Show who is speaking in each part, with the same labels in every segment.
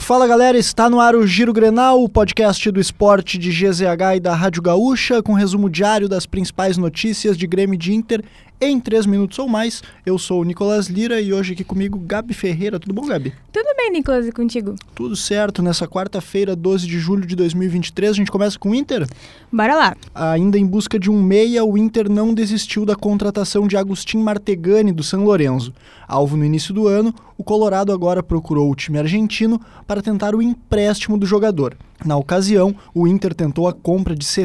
Speaker 1: Fala galera, está no ar o Giro Grenal, o podcast do esporte de GZH e da Rádio Gaúcha, com resumo diário das principais notícias de Grêmio e de Inter em 3 minutos ou mais. Eu sou o Nicolas Lira e hoje aqui comigo Gabi Ferreira. Tudo bom, Gabi?
Speaker 2: Tudo bem, Nicolas, e contigo?
Speaker 1: Tudo certo. Nessa quarta-feira, 12 de julho de 2023, a gente começa com o Inter?
Speaker 2: Bora lá.
Speaker 1: Ainda em busca de um meia, o Inter não desistiu da contratação de Agustín Martegani, do San Lorenzo. Alvo no início do ano, o Colorado agora procurou o time argentino para tentar o empréstimo do jogador. Na ocasião, o Inter tentou a compra de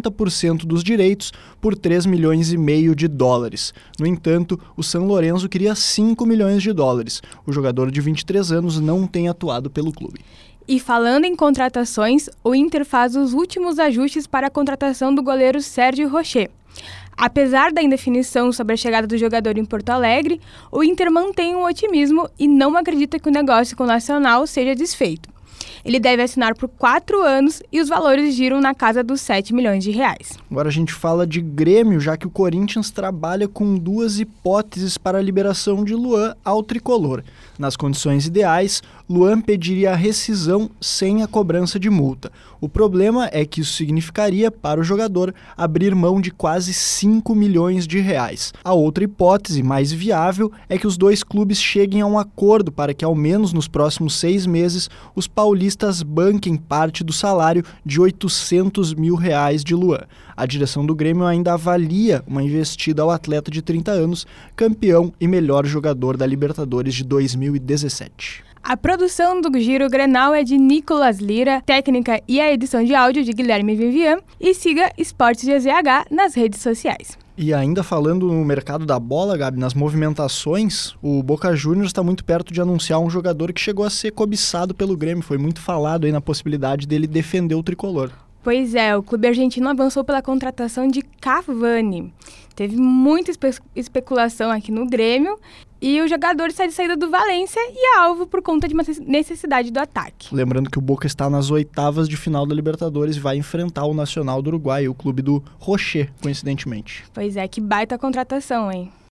Speaker 1: 70% dos direitos por 3,5 milhões de dólares. No entanto, o San Lorenzo queria 5 milhões de dólares. O jogador de 23 anos não tem atuado pelo clube.
Speaker 2: E falando em contratações, o Inter faz os últimos ajustes para a contratação do goleiro Sérgio Rocher. Apesar da indefinição sobre a chegada do jogador em Porto Alegre, o Inter mantém um otimismo e não acredita que o negócio com o Nacional seja desfeito. Ele deve assinar por 4 anos e os valores giram na casa dos 7 milhões de reais.
Speaker 1: Agora a gente fala de Grêmio, já que o Corinthians trabalha com 2 hipóteses para a liberação de Luan ao tricolor. Nas condições ideais, Luan pediria a rescisão sem a cobrança de multa. O problema é que isso significaria, para o jogador, abrir mão de quase 5 milhões de reais. A outra hipótese, mais viável, é que os dois clubes cheguem a um acordo para que, ao menos nos próximos 6 meses, os paulistas banquem parte do salário de 800 mil reais de Luan. A direção do Grêmio ainda avalia uma investida ao atleta de 30 anos, campeão e melhor jogador da Libertadores de 2017.
Speaker 2: A produção do Giro Grenal é de Nicolas Lira, técnica e a edição de áudio de Guilherme Vivian, e siga Esportes GZH nas redes sociais.
Speaker 1: E ainda falando no mercado da bola, Gabi, nas movimentações, o Boca Juniors está muito perto de anunciar um jogador que chegou a ser cobiçado pelo Grêmio. Foi muito falado aí na possibilidade dele defender o tricolor.
Speaker 2: Pois é, o clube argentino avançou pela contratação de Cavani. Teve muita especulação aqui no Grêmio e o jogador está de saída do Valência e é alvo por conta de uma necessidade do ataque.
Speaker 1: Lembrando que o Boca está nas oitavas de final da Libertadores e vai enfrentar o Nacional do Uruguai, o clube do Rocher, coincidentemente.
Speaker 2: Pois é, que baita contratação, hein?